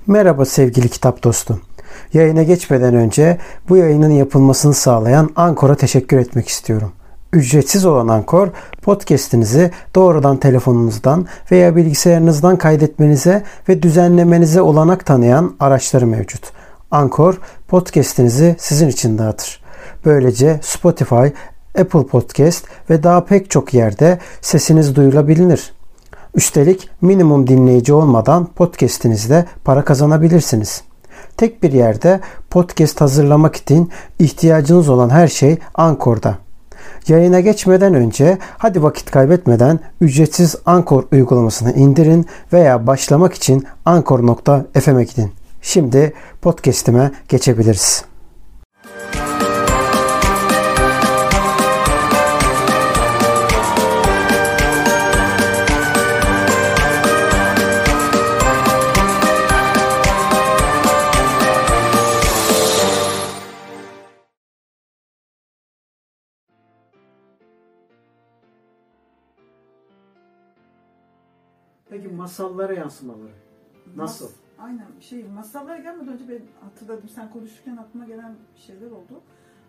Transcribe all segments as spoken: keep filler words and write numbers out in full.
Merhaba sevgili kitap dostum. Yayına geçmeden önce bu yayının yapılmasını sağlayan Ankor'a teşekkür etmek istiyorum. Ücretsiz olan Ankor, podcast'inizi doğrudan telefonunuzdan veya bilgisayarınızdan kaydetmenize ve düzenlemenize olanak tanıyan araçları mevcut. Ankor, podcast'inizi sizin için dağıtır. Böylece Spotify, Apple Podcast ve daha pek çok yerde sesiniz duyulabilir. Üstelik minimum dinleyici olmadan podcast'inizde para kazanabilirsiniz. Tek bir yerde podcast hazırlamak için ihtiyacınız olan her şey Ankor'da. Yayına geçmeden önce hadi vakit kaybetmeden ücretsiz Ankor uygulamasını indirin veya başlamak için ankor nokta f m'e gidin. Şimdi podcast'ime geçebiliriz. Peki masallara yansımaları nasıl? Mas, aynen. Şey, masallara gelmeden önce ben hatırladım. Sen konuşurken aklıma gelen şeyler oldu.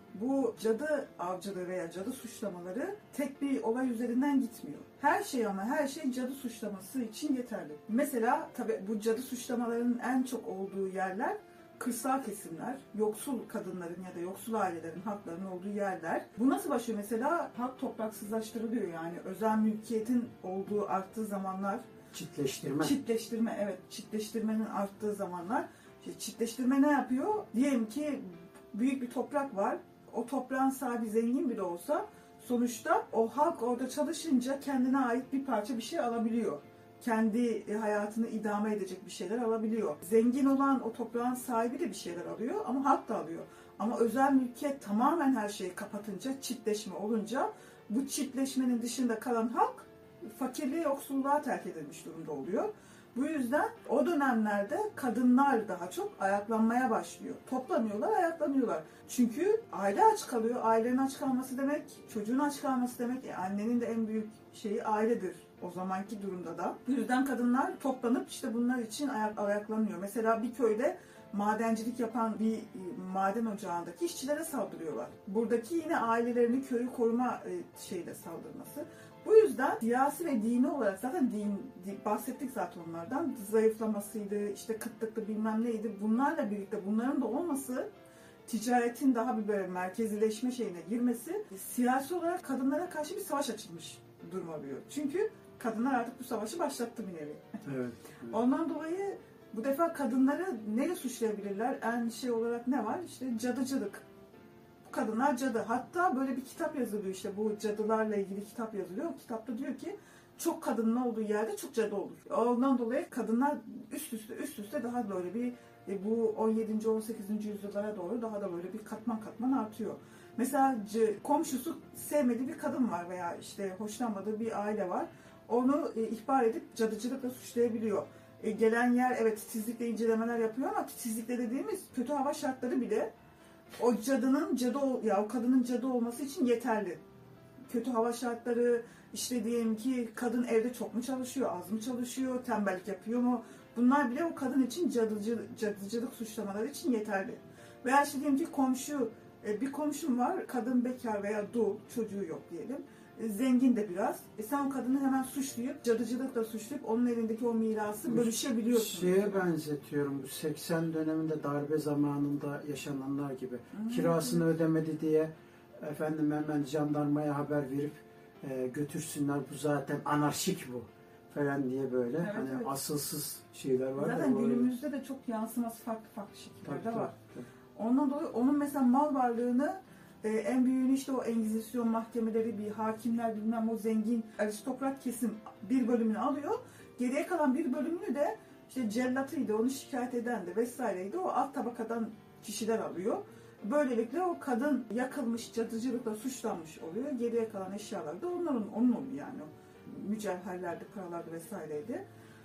Bu cadı avcılığı veya cadı suçlamaları tek bir olay üzerinden gitmiyor. Her şey ama her şey cadı suçlaması için yeterli. Mesela tabii bu cadı suçlamalarının en çok olduğu yerler kırsal kesimler, yoksul kadınların ya da yoksul ailelerin, halkların olduğu yerler. Bu nasıl başlıyor? Mesela halk topraksızlaştırılıyor, yani özel mülkiyetin olduğu, arttığı zamanlar. Çitleştirme. Çitleştirme, evet. Çitleştirmenin arttığı zamanlar. İşte çitleştirme ne yapıyor? Diyelim ki büyük bir toprak var. O toprağın sahibi zengin bile olsa sonuçta o halk orada çalışınca kendine ait bir parça bir şey alabiliyor. Kendi hayatını idame edecek bir şeyler alabiliyor. Zengin olan o toprağın sahibi de bir şeyler alıyor ama halk da alıyor. Ama özel mülkiyet tamamen her şeyi kapatınca, çitleşme olunca bu çitleşmenin dışında kalan halk fakirliğe, yoksulluğa terk edilmiş durumda oluyor. Bu yüzden o dönemlerde kadınlar daha çok ayaklanmaya başlıyor. Toplanıyorlar, ayaklanıyorlar. Çünkü aile aç kalıyor. Ailenin aç kalması demek, çocuğun aç kalması demek. E, annenin de en büyük şeyi ailedir o zamanki durumda da. Bu yüzden kadınlar toplanıp işte bunlar için ayak, ayaklanıyor. Mesela bir köyde madencilik yapan bir maden ocağındaki işçilere saldırıyorlar. Buradaki yine ailelerini, köyü koruma e, şeyle saldırması. Bu yüzden siyasi ve dini olarak zaten din, din bahsettik zaten onlardan. Zayıflamasıydı, işte kıtlıklı bilmem neydi. Bunlarla birlikte bunların da olması, ticaretin daha bir böyle merkezileşme şeyine girmesi, siyasi olarak kadınlara karşı bir savaş açılmış durum oluyor. Çünkü kadınlar artık bu savaşı başlattı bir nevi. Evet. Ondan dolayı bu defa kadınları neyle suçlayabilirler? En şey olarak ne var? İşte cadıcılık. Kadınlar cadı. Hatta böyle bir kitap yazılıyor, işte bu cadılarla ilgili kitap yazılıyor. O kitapta diyor ki çok kadının olduğu yerde çok cadı olur. Ondan dolayı kadınlar üst üste üst üste daha böyle bir e, bu on yedinci on sekizinci yüzyıllara doğru daha da böyle bir katman katman artıyor. Mesela komşusu sevmediği bir kadın var veya işte hoşlanmadığı bir aile var. Onu e, ihbar edip cadıcılıkla suçlayabiliyor. E, gelen yer evet titizlikle incelemeler yapıyor ama titizlikle dediğimiz kötü hava şartları bile o cadının cadı ya o kadının cadı olması için yeterli. Kötü hava şartları, işte diyelim ki kadın evde çok mu çalışıyor, az mı çalışıyor, tembellik yapıyor mu? Bunlar bile o kadın için cadıcı, cadıcılık suçlamaları için yeterli. Veya işte diyelim ki komşu, bir komşum var, kadın bekar veya dul, çocuğu yok diyelim. Zengin de biraz. E sen o kadını hemen suçlayıp, cadıcılıkla suçlayıp onun elindeki o mirası bölüşebiliyorsun. Şeye benzetiyorum, bu seksen döneminde darbe zamanında yaşananlar gibi. Hmm. Kirasını ödemedi diye efendim hemen jandarmaya haber verip e, götürsünler, bu zaten anarşik bu falan diye böyle evet, hani evet. Asılsız şeyler var. Zaten günümüzde de çok yansıması farklı farklı şekillerde var. Tabii. Ondan dolayı onun mesela mal varlığını Ee, en büyüğünü işte o Engizisyon mahkemeleri, bir hakimler bilmem o zengin aristokrat kesim bir bölümünü alıyor. Geriye kalan bir bölümünü de işte cellatıydı, onu şikayet eden de vesaireydi. O alt tabakadan kişiler alıyor. Böylelikle o kadın yakılmış, cadıcılıkla suçlanmış oluyor. Geriye kalan eşyalar da onların, onun oluyor yani. O mücevherlerdi, paralardı vesaireydi.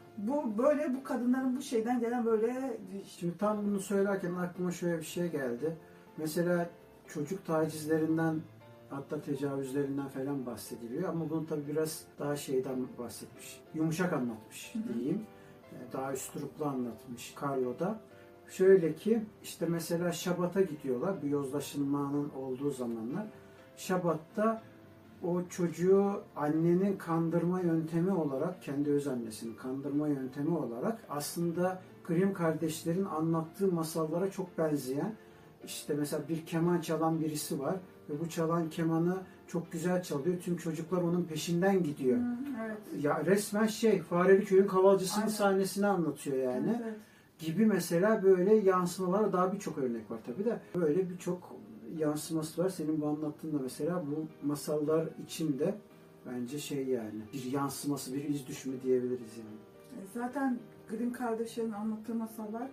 Bu böyle bu kadınların bu şeyden gelen böyle... Şimdi tam bunu söylerken aklıma şöyle bir şey geldi. Mesela çocuk tacizlerinden, hatta tecavüzlerinden falan bahsediliyor ama bunu tabii biraz daha şeyden bahsetmiş, yumuşak anlatmış diyeyim. daha üsturuplu anlatmış Karlo'da. Şöyle ki işte mesela Şabat'a gidiyorlar bu yozlaşmanın olduğu zamanlar. Şabat'ta o çocuğu annenin kandırma yöntemi olarak, kendi öz annesinin kandırma yöntemi olarak aslında Grimm kardeşlerin anlattığı masallara çok benzeyen, işte mesela bir keman çalan birisi var ve bu çalan kemanı çok güzel çalıyor. Tüm çocuklar onun peşinden gidiyor. Hı, evet. Ya resmen şey, Fareli Köy'ün kavalcısının Aynen. sahnesini anlatıyor yani. Evet, evet. Gibi mesela böyle yansımalar, daha birçok örnek var tabii de. Böyle birçok yansıması var. Senin bu anlattığın da mesela bu masallar içinde bence şey yani bir yansıması, bir iz düşümü diyebiliriz yani. Zaten Grimm kardeşlerin anlattığı masallar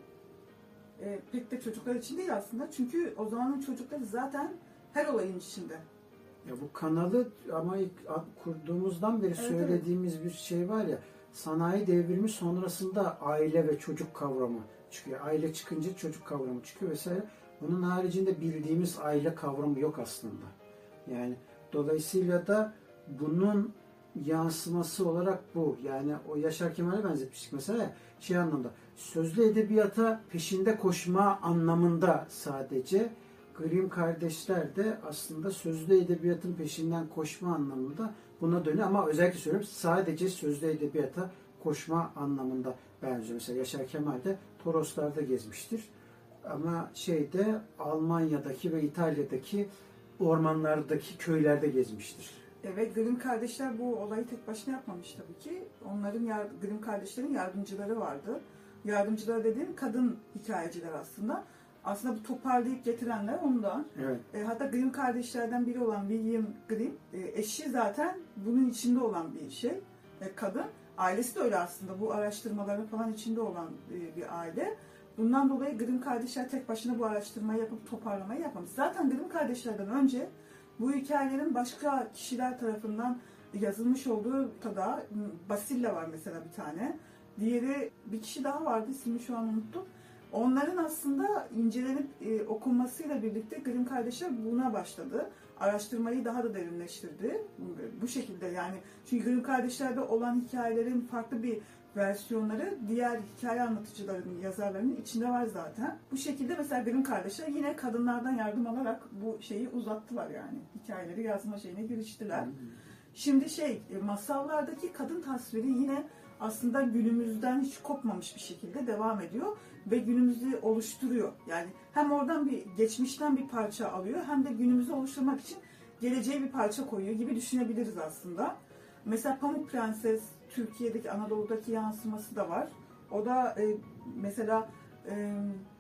e, pek de çocuklar için değil aslında. Çünkü o zamanın çocukları zaten her olayın içinde. Ya bu kanalı ama ilk kurduğumuzdan beri Evet, söylediğimiz evet. bir şey var ya, sanayi devrimi sonrasında aile ve çocuk kavramı çıkıyor. Aile çıkınca çocuk kavramı çıkıyor vesaire. Bunun haricinde bildiğimiz aile kavramı yok aslında. Yani dolayısıyla da bunun yansıması olarak bu. Yani o Yaşar Kemal'e benzetmiştik mesela şey anlamda. Sözlü edebiyata peşinde koşma anlamında sadece, Grimm kardeşler de aslında sözlü edebiyatın peşinden koşma anlamında buna dönüyor. Ama özellikle söylüyorum, sadece sözlü edebiyata koşma anlamında benziyor. Mesela Yaşar Kemal de Toroslar'da gezmiştir. Ama şeyde Almanya'daki ve İtalya'daki ormanlardaki köylerde gezmiştir. Evet, Grimm kardeşler bu olayı tek başına yapmamış tabii ki. Onların Grimm kardeşlerin yardımcıları vardı. Yardımcılar dediğim kadın hikayeciler aslında. Aslında bu toparlayıp getirenler ondan. Evet. E, hatta Grimm kardeşlerden biri olan William Grimm, e, eşi zaten bunun içinde olan bir şey, e, kadın. Ailesi de öyle aslında, bu araştırmaların falan içinde olan e, bir aile. Bundan dolayı Grimm kardeşler tek başına bu araştırmayı yapıp toparlamayı yapmamış. Zaten Grimm kardeşlerden önce bu hikayelerin başka kişiler tarafından yazılmış olduğu tada, Basilla var mesela bir tane. Diğeri bir kişi daha vardı, ismini şu an unuttum. Onların aslında incelenip e, okunmasıyla birlikte Grimm kardeşler buna başladı. Araştırmayı daha da derinleştirdi. Bu şekilde yani. Çünkü Grimm kardeşlerde olan hikayelerin farklı bir versiyonları diğer hikaye anlatıcılarının, yazarlarının içinde var zaten. Bu şekilde mesela Grimm kardeşler yine kadınlardan yardım alarak bu şeyi uzattılar yani. Hikayeleri yazma şeyine giriştiler. Şimdi şey, masallardaki kadın tasviri yine aslında günümüzden hiç kopmamış bir şekilde devam ediyor ve günümüzü oluşturuyor. Yani hem oradan bir geçmişten bir parça alıyor hem de günümüzü oluşturmak için geleceğe bir parça koyuyor gibi düşünebiliriz aslında. Mesela Pamuk Prenses Türkiye'deki, Anadolu'daki yansıması da var. O da e, mesela e,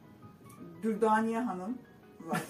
Dürdaniye Hanım var.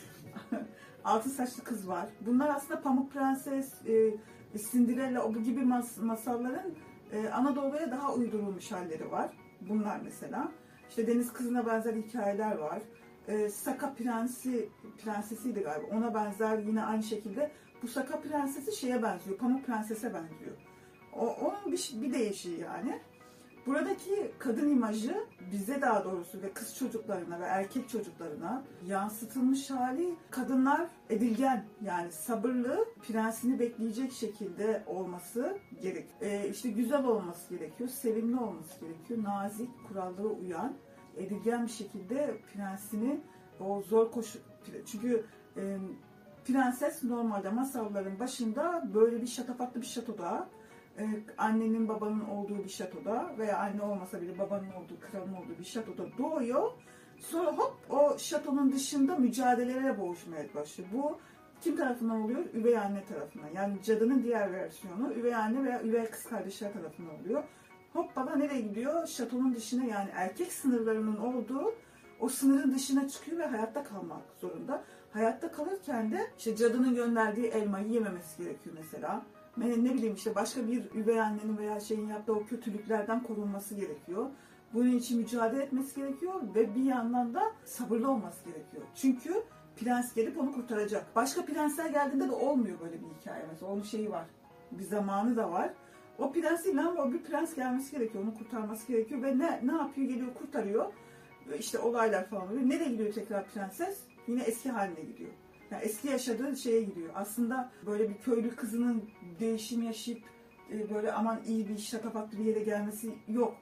Altın saçlı kız var. Bunlar aslında Pamuk Prenses, e, Cinderella, o bu gibi mas masalların e, Anadolu'ya daha uydurulmuş halleri var. Bunlar mesela. İşte Deniz Kızı'na benzer hikayeler var. E, Saka Prensi, Prensesiydi galiba. Ona benzer yine aynı şekilde. Bu Saka Prensesi şeye benziyor. Pamuk Prenses'e benziyor. O, onun bir, bir değişiği yani. Buradaki kadın imajı bize daha doğrusu ve kız çocuklarına ve erkek çocuklarına yansıtılmış hali, kadınlar edilgen yani sabırlı, prensini bekleyecek şekilde olması gerek. Ee, işte güzel olması gerekiyor, sevimli olması gerekiyor, nazik, kurallara uyan, edilgen bir şekilde prensini o zor koşu... Çünkü e, prenses normalde masalların başında böyle bir şatafatlı bir şatoda, annenin babanın olduğu bir şatoda veya anne olmasa bile babanın olduğu, kralın olduğu bir şatoda doğuyor. Sonra hop o şatonun dışında mücadelelere boğuşmaya başlıyor. Bu kim tarafından oluyor? Üvey anne tarafından. Yani cadının diğer versiyonu üvey anne veya üvey kız kardeşler tarafından oluyor. Hop baba nereye gidiyor? Şatonun dışına, yani erkek sınırlarının olduğu o sınırın dışına çıkıyor ve hayatta kalmak zorunda. Hayatta kalırken de işte cadının gönderdiği elmayı yememesi gerekiyor mesela. Ne, ne bileyim işte başka bir üvey annenin veya şeyin yaptığı o kötülüklerden korunması gerekiyor. Bunun için mücadele etmesi gerekiyor ve bir yandan da sabırlı olması gerekiyor. Çünkü prens gelip onu kurtaracak. Başka prensler geldiğinde de olmuyor böyle bir hikaye mesela. Onun şeyi var. Bir zamanı da var. O prens değil ama o bir prens gelmesi gerekiyor. Onu kurtarması gerekiyor ve ne ne yapıyor? Geliyor kurtarıyor. İşte olaylar falan oluyor. Nereye gidiyor tekrar prenses? Yine eski haline gidiyor. Yani eski yaşadığı şeye gidiyor. Aslında böyle bir köylü kızının değişim yaşayıp böyle aman iyi bir şatafatlı bir yere gelmesi yok.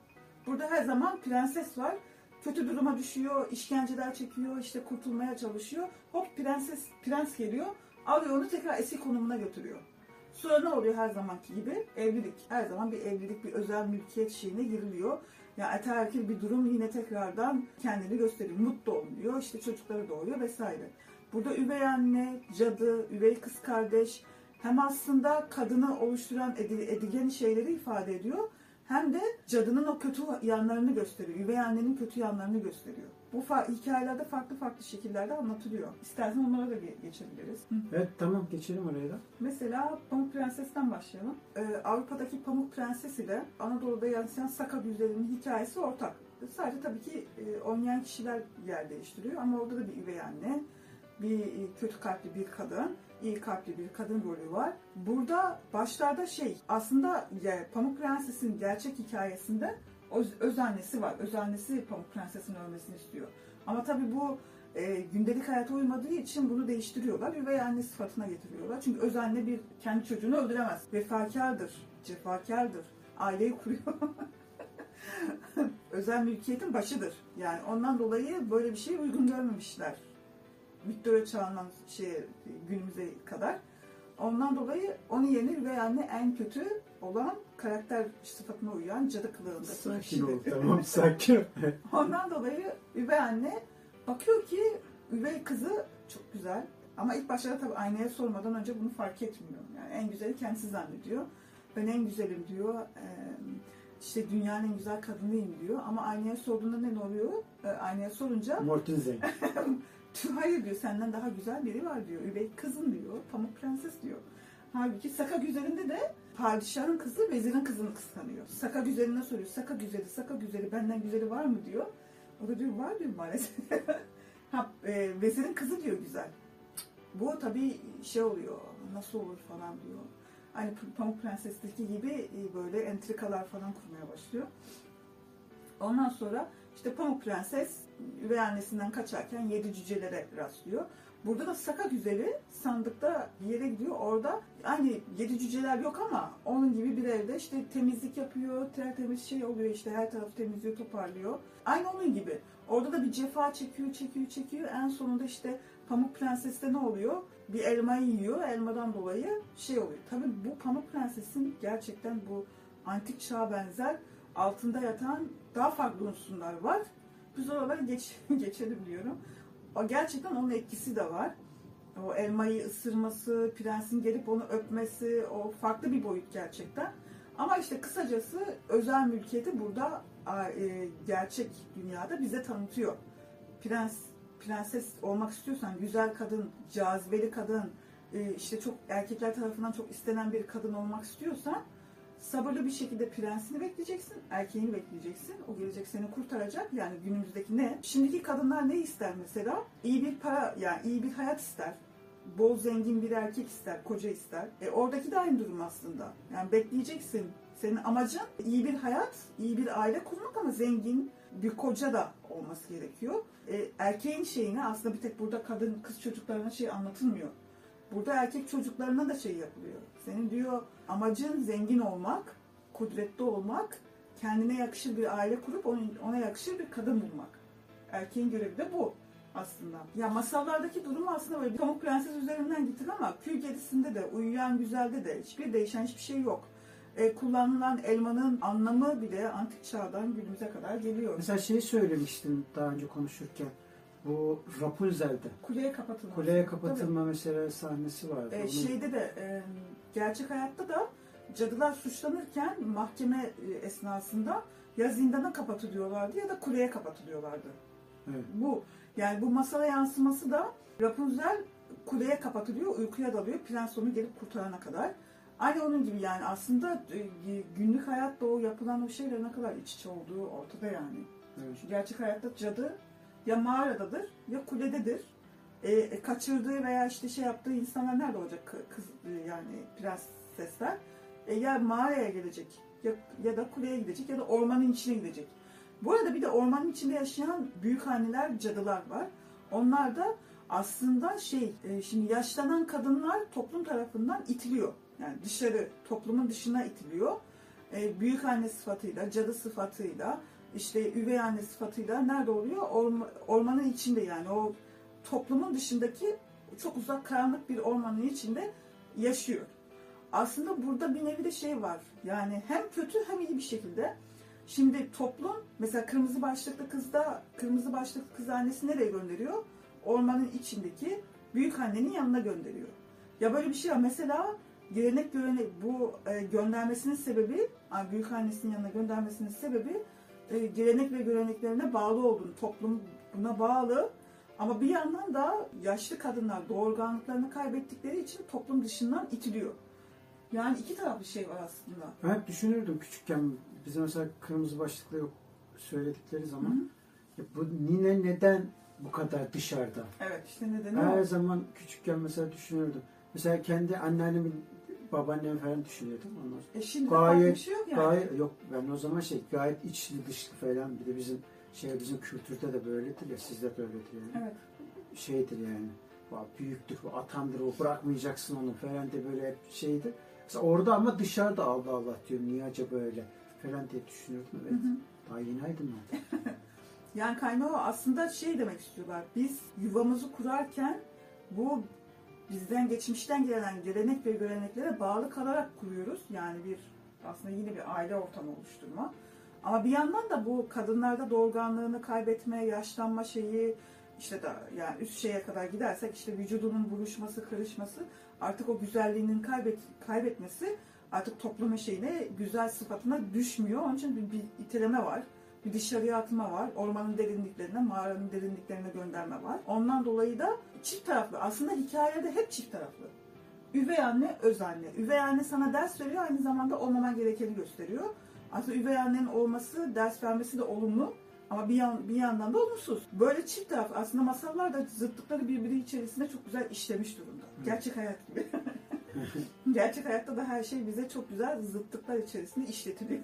Burada her zaman prenses var. Kötü duruma düşüyor, işkenceler çekiyor, işte kurtulmaya çalışıyor. Hop prenses, prens geliyor, alıyor onu tekrar eski konumuna götürüyor. Sonra ne oluyor her zamanki gibi? Evlilik. Her zaman bir evlilik, bir özel mülkiyet şeyine giriliyor. Yani ataerkil bir durum yine tekrardan kendini gösteriyor. Mutlu oluyor, işte çocukları doğuyor vesaire. Burada üvey anne, cadı, üvey kız kardeş hem aslında kadını oluşturan edigen şeyleri ifade ediyor. Hem de cadının o kötü yanlarını gösteriyor. Üvey annenin kötü yanlarını gösteriyor. Bu fa- hikayelerde farklı farklı şekillerde anlatılıyor. İstersen onlara da ge- geçebiliriz. Hı. Evet tamam, geçelim oraya da. Mesela Pamuk Prenses'ten başlayalım. Ee, Avrupa'daki Pamuk Prenses ile Anadolu'da yansıyan Saka Güzeli'nin hikayesi ortak. Sadece tabii ki e, oynayan kişiler yer değiştiriyor ama orada da bir üvey anne, bir e, kötü kalpli bir kadın, iyi kalpli bir kadın rolü var. Burada başlarda şey, aslında yani Pamuk Prenses'in gerçek hikayesinde öz, öz annesi var. Öz annesi Pamuk Prenses'in ölmesini istiyor. Ama tabii bu e, gündelik hayata uymadığı için bunu değiştiriyorlar. Üvey anne sıfatına getiriyorlar. Çünkü öz anne bir kendi çocuğunu öldüremez. Vefakardır, cefakardır. Aileyi kuruyor. Özel mülkiyetin başıdır. Yani ondan dolayı böyle bir şey uygun görmemişler. Victoria çağından şey, günümüze kadar. Ondan dolayı onun yerine üvey anne en kötü olan karakter sıfatına uyan cadı kılığında. Sakin ol, tamam sakin ol. Ondan dolayı üvey anne bakıyor ki üvey kızı çok güzel. Ama ilk başlarda tabii aynaya sormadan önce bunu fark etmiyor. Yani en güzeli kendisi zannediyor. Ben en güzelim diyor. İşte dünyanın en güzel kadınıyım diyor. Ama aynaya sorduğunda ne oluyor? Aynaya sorunca Mortensen. Hayır diyor, senden daha güzel biri var diyor. Üvey kızın diyor, Pamuk Prenses diyor. Halbuki Saka Güzeli'nde de padişahın kızı vezirin kızını kıskanıyor. Saka Güzeli'ne soruyor, Saka Güzeli, Saka Güzeli benden güzeli var mı diyor. O da diyor var diyor maalesef. ha, e, vezirin kızı diyor güzel. Bu tabii şey oluyor, nasıl olur falan diyor. Hani Pamuk Prenses'teki gibi böyle entrikalar falan kurmaya başlıyor. Ondan sonra işte Pamuk Prenses üvey annesinden kaçarken yedi cücelere rastlıyor. Burada da Saka Güzeli sandıkta bir yere gidiyor. Orada aynı yedi cüceler yok ama onun gibi bir evde işte temizlik yapıyor. Tertemiz şey oluyor, işte her tarafı temizliyor, toparlıyor. Aynı onun gibi. Orada da bir cefa çekiyor, çekiyor, çekiyor. En sonunda işte Pamuk Prenses'te ne oluyor? Bir elmayı yiyor. Elmadan dolayı şey oluyor. Tabii bu Pamuk Prenses'in gerçekten bu antik çağa benzer altında yatan daha farklı unsurlar var. Biz oraları geç, geçelim diyorum. O gerçekten onun etkisi de var. O elmayı ısırması, prensin gelip onu öpmesi, o farklı bir boyut gerçekten. Ama işte kısacası özel mülkiyeti burada e, gerçek dünyada bize tanıtıyor. Prens, prenses olmak istiyorsan, güzel kadın, cazibeli kadın, e, işte çok erkekler tarafından çok istenen bir kadın olmak istiyorsan sabırlı bir şekilde prensini bekleyeceksin, erkeğini bekleyeceksin. O gelecek seni kurtaracak. Yani günümüzdeki ne? Şimdiki kadınlar ne ister mesela? İyi bir para, yani iyi bir hayat ister. Bol zengin bir erkek ister, koca ister. E oradaki de aynı durum aslında. Yani bekleyeceksin. Senin amacın iyi bir hayat, iyi bir aile kurmak ama zengin bir koca da olması gerekiyor. E, erkeğin şeyine aslında bir tek burada kadın, kız çocuklarına şey anlatılmıyor. Burada erkek çocuklarına da şey yapılıyor. Senin diyor amacın zengin olmak, kudretli olmak, kendine yakışır bir aile kurup ona yakışır bir kadın bulmak. Erkeğin görevi de bu aslında. Ya masallardaki durum aslında böyle bir Pamuk Prenses üzerinden gittik ama Kül Kedisi'nde de, Uyuyan Güzel'de de hiçbir değişen hiçbir şey yok. E, kullanılan elmanın anlamı bile antik çağdan günümüze kadar geliyor. Mesela şeyi söylemiştin daha önce konuşurken. Bu Rapunzel'de. Kuleye kapatılma. Kuleye kapatılma Tabii. mesela sahnesi vardı. Ee, Onun... Şeyde de e, gerçek hayatta da cadılar suçlanırken mahkeme esnasında ya zindana kapatılıyorlardı ya da kuleye kapatılıyorlardı. Evet. Bu yani bu masala yansıması da Rapunzel kuleye kapatılıyor, uykuya dalıyor. Prens onu gelip kurtarana kadar. Aynı onun gibi yani aslında günlük hayatta o yapılan o şeyler ne kadar iç içe olduğu ortada yani. Evet. Gerçek hayatta cadı ya mağaradadır ya kulededir. E, kaçırdığı veya işte şey yaptığı insanlar nerede olacak kız yani prensesler? E, ya mağaraya gelecek ya, ya da kuleye gidecek ya da ormanın içine gidecek. Bu arada bir de ormanın içinde yaşayan büyükhanneler, cadılar var. Onlar da aslında şey e, şimdi yaşlanan kadınlar toplum tarafından itiliyor. Yani dışarı, toplumun dışına itiliyor. E, büyükhanne sıfatıyla, cadı sıfatıyla işte üvey anne sıfatıyla nerede oluyor? Orma, ormanın içinde, yani o toplumun dışındaki çok uzak karanlık bir ormanın içinde yaşıyor. Aslında burada bir nevi de şey var. Yani hem kötü hem iyi bir şekilde. Şimdi toplum mesela kırmızı başlıklı kızda kırmızı başlıklı kız annesi nereye gönderiyor? Ormanın içindeki büyük annenin yanına gönderiyor. Ya böyle bir şey var. Mesela gelenek görenek bu e, göndermesinin sebebi, yani büyük annesinin yanına göndermesinin sebebi e, gelenek ve göreneklerine bağlı olduğunu, toplum buna bağlı. Ama bir yandan da yaşlı kadınlar doğurganlıklarını kaybettikleri için toplum dışından itiliyor. Yani iki taraflı şey var aslında. Ben hep düşünürdüm küçükken, bize mesela kırmızı başlıklı yok söyledikleri zaman, hı hı. Ya bu nine neden bu kadar dışarıda? Evet, işte nedeni Her o. zaman küçükken mesela düşünürdüm. Mesela kendi anneannemin, babaannemi falan düşünüyordum. Onlar e şimdi gayet, bir şey yok yani. Gayet, yok ben o zaman şey gayet içli dışlı falan, bir de bizim şey bizim kültürde de böyledir ya, sizde de öyledir yani. Evet. Şeydir yani. Büyüktür, o atandır, o bırakmayacaksın onu falan de böyle hep şeydi. Mesela orada ama dışarıda Allah Allah diyorum, niye acaba öyle falan diye düşünüyordum. Evet. Hı hı. Daha yeni aydınlandım. Yani kaynağı aslında şey demek istiyorlar. Biz yuvamızı kurarken bu bizden geçmişten gelen gelenek ve göreneklere bağlı kalarak kuruyoruz. Yani bir aslında yine bir aile ortamı oluşturma. Ama bir yandan da bu kadınlarda doğurganlığını kaybetme, yaşlanma şeyi, işte da yani üst şeye kadar gidersek işte vücudunun buruşması, kırışması, artık o güzelliğinin kaybet, kaybetmesi artık toplum şeyine, güzel sıfatına düşmüyor. Onun için bir, bir iteleme var. Bir dışarıya atma var. Ormanın derinliklerine, mağaranın derinliklerine gönderme var. Ondan dolayı da çift taraflı. Aslında hikayede hep çift taraflı. Üvey anne, öz anne. Üvey anne sana ders veriyor, aynı zamanda olmaman gerekeni gösteriyor. Aslında üvey annenin olması, ders vermesi de olumlu. Ama bir, yan, bir yandan da olumsuz. Böyle çift taraf. Aslında masallar da zıtlıkları birbiri içerisinde çok güzel işlemiş durumda. Gerçek hayat gibi. Gerçek hayatta da her şey bize çok güzel zıtlıklar içerisinde işletiliyor.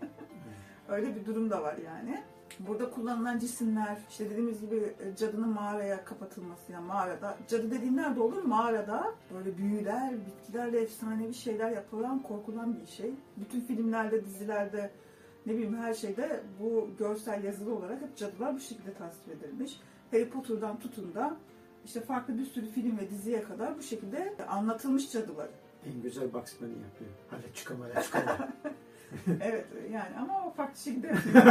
Öyle bir durum da var yani. Burada kullanılan cisimler, işte dediğimiz gibi cadının mağaraya kapatılması, yani mağarada, cadı dediğin nerede olur? Mağarada böyle büyüler, bitkilerle efsanevi şeyler yapılan, korkulan bir şey. Bütün filmlerde, dizilerde, ne bileyim her şeyde bu görsel yazılı olarak hep cadılar bu şekilde tasvir edilmiş. Harry Potter'dan tutun da işte farklı bir sürü film ve diziye kadar bu şekilde anlatılmış cadılar. En güzel Bugs Bunny yapıyor. Hadi çıkalım, hadi çıkalım. Evet yani ama o farklı şekilde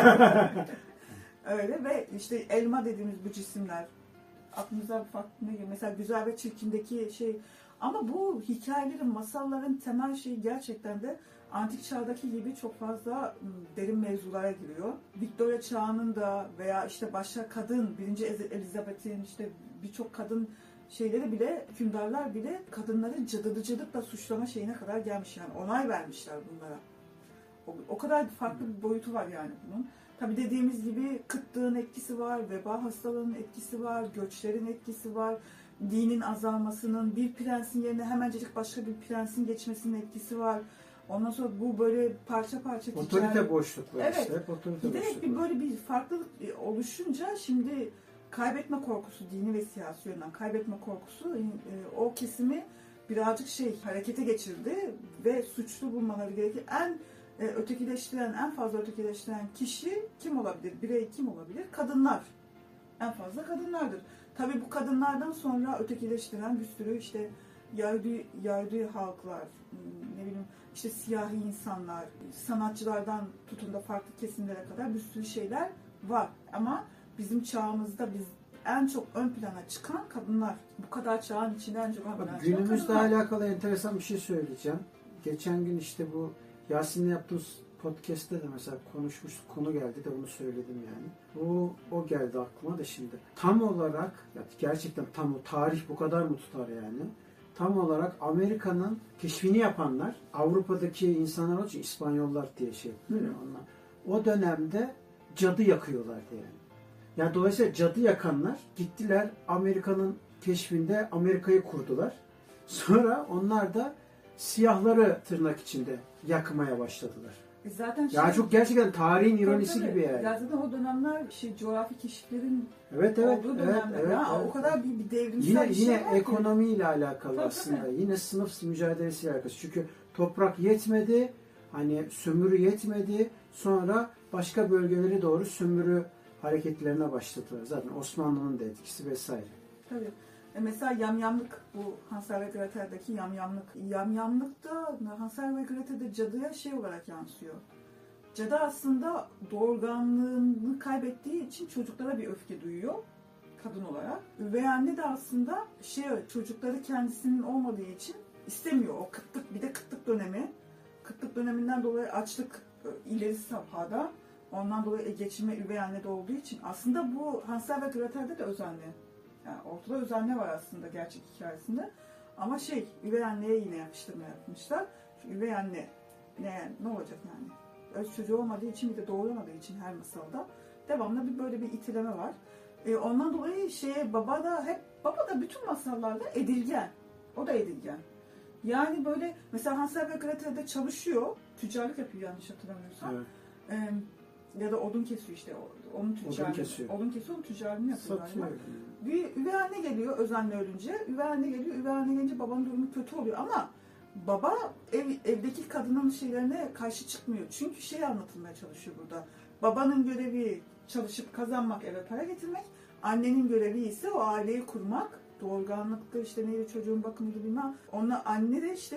öyle ve işte elma dediğimiz bu cisimler aklımıza farklı ne gibi mesela Güzel ve Çirkin'deki şey, ama bu hikayelerin, masalların temel şeyi gerçekten de antik çağdaki gibi çok fazla derin mevzulara giriyor. Victoria çağının da veya işte başka kadın, birinci Elizabeth'in işte birçok kadın şeyleri bile, hükümdarlar bile kadınları cadıcılıkla suçlama şeyine kadar gelmiş, yani onay vermişler bunlara. O, o kadar farklı bir boyutu var yani bunun. Tabii dediğimiz gibi kıtlığın etkisi var, veba hastalığının etkisi var, göçlerin etkisi var, dinin azalmasının, bir prensin yerine hemencecik başka bir prensin geçmesinin etkisi var. Ondan sonra bu böyle parça parça otorite hikaye... boşlukları evet. işte. Hep otorite Giderek boşlukları. bir böyle bir farklılık oluşunca şimdi kaybetme korkusu, dini ve siyasi yönden kaybetme korkusu o kesimi birazcık şey harekete geçirdi ve suçlu bulmaları gerekir. En e, ötekileştiren, en fazla ötekileştiren kişi kim olabilir? Birey kim olabilir? Kadınlar. En fazla kadınlardır. Tabii bu kadınlardan sonra ötekileştiren bir sürü işte Yahudi, Yahudi halklar, ne bileyim işte siyahi insanlar, sanatçılardan tutun da farklı kesimlere kadar bir sürü şeyler var. Ama bizim çağımızda biz en çok ön plana çıkan kadınlar. Bu kadar çağın içinde en çok ön plana çıkan kadınlar. Günümüzle alakalı enteresan bir şey söyleyeceğim. Geçen gün işte bu Yasin'le yaptığımız podcast'te de mesela konuşmuş, konu geldi de onu söyledim yani. Bu o geldi aklıma da şimdi. Tam olarak, ya gerçekten tam o tarih bu kadar mı tutar yani? Tam olarak Amerika'nın keşfini yapanlar, Avrupa'daki insanlar olduğu için İspanyollar diye şey yapıyor onlar. O dönemde cadı yakıyorlardı yani. Yani dolayısıyla cadı yakanlar gittiler Amerika'nın keşfinde Amerika'yı kurdular. Sonra onlar da siyahları tırnak içinde yakmaya başladılar. E zaten ya şey, çok gerçekten tarihin ironisi tabii, gibi yani. Zaten o dönemler şey coğrafi keşiflerin evet, evet, olduğu evet, dönemler. evet, ya, evet, o kadar evet. bir, bir devrimsel yine, bir şey yine var ekonomiyle alakalı tabii, aslında. tabii. Yine sınıf mücadelesiyle alakalı. Çünkü toprak yetmedi, hani sömürü yetmedi. Sonra başka bölgeleri doğru sömürü hareketlerine başladılar. Zaten Osmanlı'nın da etkisi vesaire. Tabii. E mesela yamyamlık, bu Hansel ve Gretel'deki yamyamlık. Yamyamlıkta Hansel ve Gretel'de cadıya şey olarak yansıyor. Cadı aslında doğurganlığını kaybettiği için çocuklara bir öfke duyuyor kadın olarak. Üvey anne de aslında şey, çocukları kendisinin olmadığı için istemiyor. O kıtlık, bir de kıtlık dönemi. Kıtlık döneminden dolayı açlık ileri safhada. Ondan dolayı geçirme üvey annede olduğu için aslında bu Hansel ve Gretel'de de özenli. Yani ortada özenli var aslında gerçek hikayesinde. Ama şey, üvey anneye yine yakıştırma yapmışlar. Çünkü üvey anne ne, ne olacak yani? Öz çocuğu olmadığı için, bir de doğuramadığı için her masalda devamlı bir böyle bir itileme var. E, ondan dolayı şeye, baba da hep, baba da bütün masallarda edilgen. O da edilgen. Yani böyle mesela Hansel ve Gretel'de çalışıyor, tüccarlık yapıyor yanlış hatırlamıyorsam. Evet. E, ya da odun kesiyor işte, onun tüccarlığı. Odun kesiyor. Odun kesiyor, onun tüccarlığını yapıyor. Satıyor. Bir üvey anne geliyor özenle ölünce, üvey anne geliyor, üvey anne gelince babanın durumu kötü oluyor ama baba ev, evdeki kadının şeylerine karşı çıkmıyor. Çünkü şey anlatılmaya çalışıyor burada. Babanın görevi çalışıp kazanmak, eve para getirmek. Annenin görevi ise o aileyi kurmak. Doğurganlıkta işte neydi, çocuğun bakımıydı bilmem. Onunla anne de işte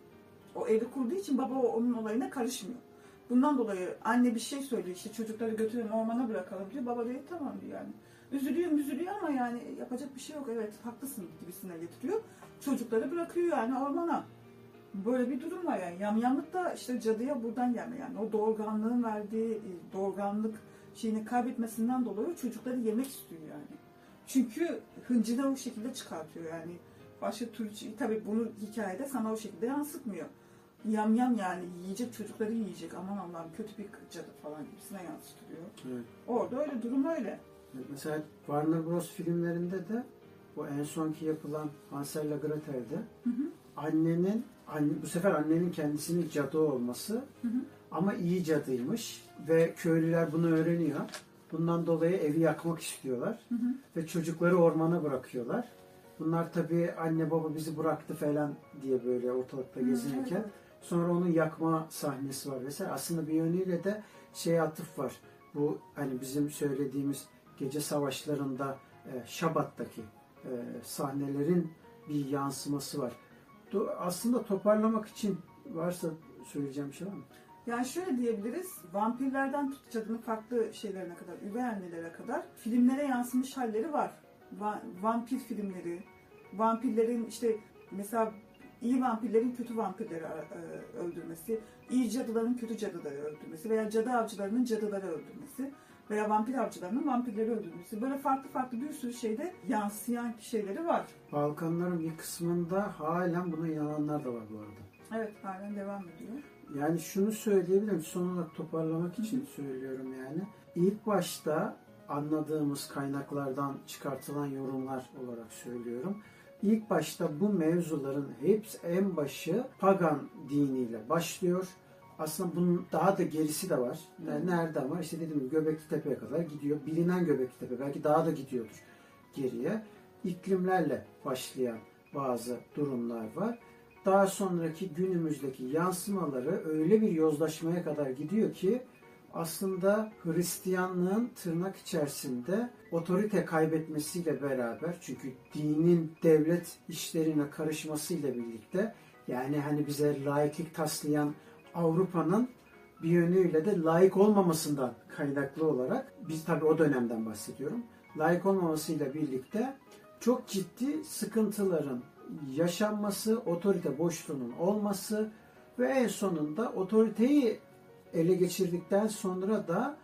o evi kurduğu için baba onun olayına karışmıyor. Bundan dolayı anne bir şey söylüyor, işte çocukları götürelim ormana bırakalım diyor. Baba diyor tamam diyor yani. Üzülüyor üzülüyor ama yani yapacak bir şey yok, evet haklısın gibisine getiriyor. Çocukları bırakıyor yani ormana. Böyle bir durum var yani. Yamyamlık da işte cadıya buradan gelme yani. O doğurganlığın verdiği doğurganlık şeyini kaybetmesinden dolayı çocukları yemek istiyor yani. Çünkü hıncını o şekilde çıkartıyor yani. Başka türlü, tabii bunu hikayede sana o şekilde yansıtmıyor. Yamyam yani yiyecek, çocukları yiyecek, aman Allah'ım kötü bir cadı falan gibisine yansıtılıyor. Evet. Orada öyle, durum öyle. Mesela Warner Bros. Filmlerinde de o en sonki yapılan Hansel ile Gretel'de hı hı. annenin anne, bu sefer annenin kendisinin cadı olması hı hı. ama iyi cadıymış ve köylüler bunu öğreniyor. Bundan dolayı evi yakmak istiyorlar hı hı. ve çocukları ormana bırakıyorlar. Bunlar tabii anne baba bizi bıraktı falan diye böyle ortalıkta gezinirken hı, evet. sonra onun yakma sahnesi var vesaire. Aslında bir yönüyle de şeye atıf var. Bu hani bizim söylediğimiz gece savaşlarında e, Şabat'taki e, sahnelerin bir yansıması var. Do, aslında toparlamak için varsa söyleyeceğim bir şey var mı? Yani şöyle diyebiliriz, vampirlerden tut cadının farklı şeylerine kadar, üvey annelere kadar filmlere yansımış halleri var. Va- vampir filmleri, vampirlerin işte mesela iyi vampirlerin kötü vampirleri e, öldürmesi, iyi cadıların kötü cadıları öldürmesi veya cadı avcılarının cadıları öldürmesi veya vampir avcılarının vampirleri öldürmesi. Böyle farklı farklı bir sürü şeyde yansıyan şeyleri var. Balkanların bir kısmında halen buna inananlar da var bu arada. Evet, halen devam ediyor. Yani şunu söyleyebilirim, son olarak toparlamak için Hı. söylüyorum yani. İlk başta anladığımız kaynaklardan çıkartılan yorumlar olarak söylüyorum. İlk başta bu mevzuların hepsi en başı pagan diniyle başlıyor. Aslında bunun daha da gerisi de var. Yani nerede ama işte dediğim gibi Göbekli Tepe'ye kadar gidiyor. Bilinen Göbekli Tepe belki daha da gidiyordur geriye. İklimlerle başlayan bazı durumlar var. Daha sonraki günümüzdeki yansımaları öyle bir yozlaşmaya kadar gidiyor ki aslında Hristiyanlığın tırnak içerisinde otorite kaybetmesiyle beraber, çünkü dinin devlet işlerine karışmasıyla birlikte, yani hani bize laiklik taslayan Avrupa'nın bir yönüyle de laik olmamasından kaynaklı olarak, biz tabii o dönemden bahsediyorum, laik olmamasıyla birlikte çok ciddi sıkıntıların yaşanması, otorite boşluğunun olması ve en sonunda otoriteyi ele geçirdikten sonra da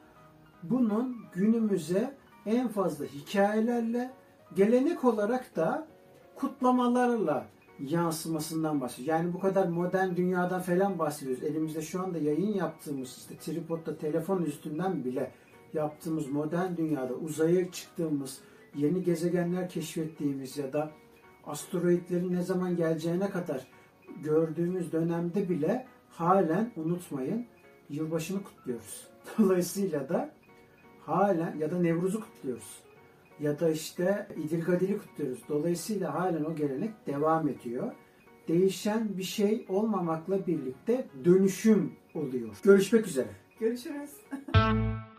bunun günümüze en fazla hikayelerle, gelenek olarak da kutlamalarla yansımasından bahsediyoruz. Yani bu kadar modern dünyadan falan bahsediyoruz. Elimizde şu anda yayın yaptığımız, işte tripodda telefon üstünden bile yaptığımız modern dünyada uzaya çıktığımız, yeni gezegenler keşfettiğimiz ya da asteroidlerin ne zaman geleceğine kadar gördüğümüz dönemde bile halen unutmayın yılbaşını kutluyoruz. Dolayısıyla da halen, ya da Nevruz'u kutluyoruz. Ya da işte İdilgadil'i kutluyoruz. Dolayısıyla halen o gelenek devam ediyor. Değişen bir şey olmamakla birlikte dönüşüm oluyor. Görüşmek üzere. Görüşürüz.